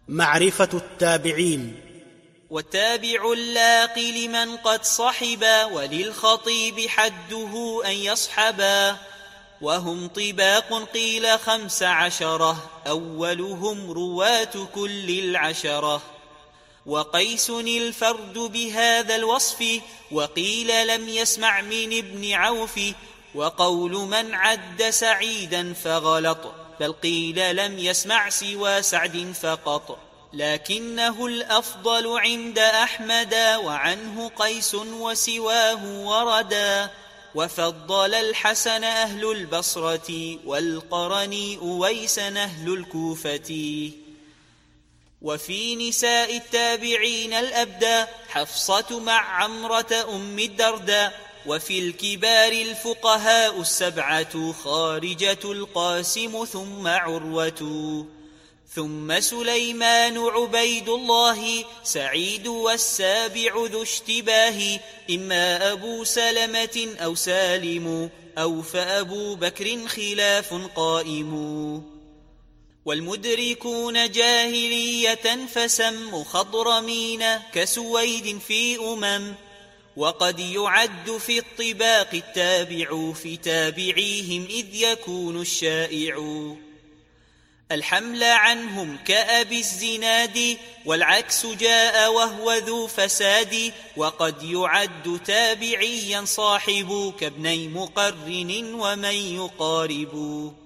معرفة التابعين. والتابع اللاق لمن قد صحبا، وللخطيب حده أن يصحبا، وهم طباق قيل 15، أولهم رواة كل العشرة. وقيس الفرد بهذا الوصف، وقيل لم يسمع من ابن عوف. وقول من عد سعيدا فغلط، بل قيل لم يسمع سوى سعد فقط. لكنه الأفضل عند أحمد، وعنه قيس وسواه وردا. وفضل الحسن أهل البصرة، والقرن أويسا أهل الكوفة. وفي نساء التابعين الأبدى، حفصة مع عمرة أم الدرداء. وفي الكبار الفقهاء السبعة، خارجة القاسم ثم عروة. ثم سليمان عبيد الله سعيد، والسابع ذو اشتباه، إما أبو سلمة أو سالم، أو فأبو بكر خلاف قائم. والمدركون جاهلية فسم خضرمين، كسويد في وقد يعد في الطباق التابع، في تابعيهم إذ يكون الشائع. الحمل عنهم كأبي الزناد، والعكس جاء وهو ذو فساد. وقد يعد تابعيا صاحب، كابني مقرن ومن يقارب.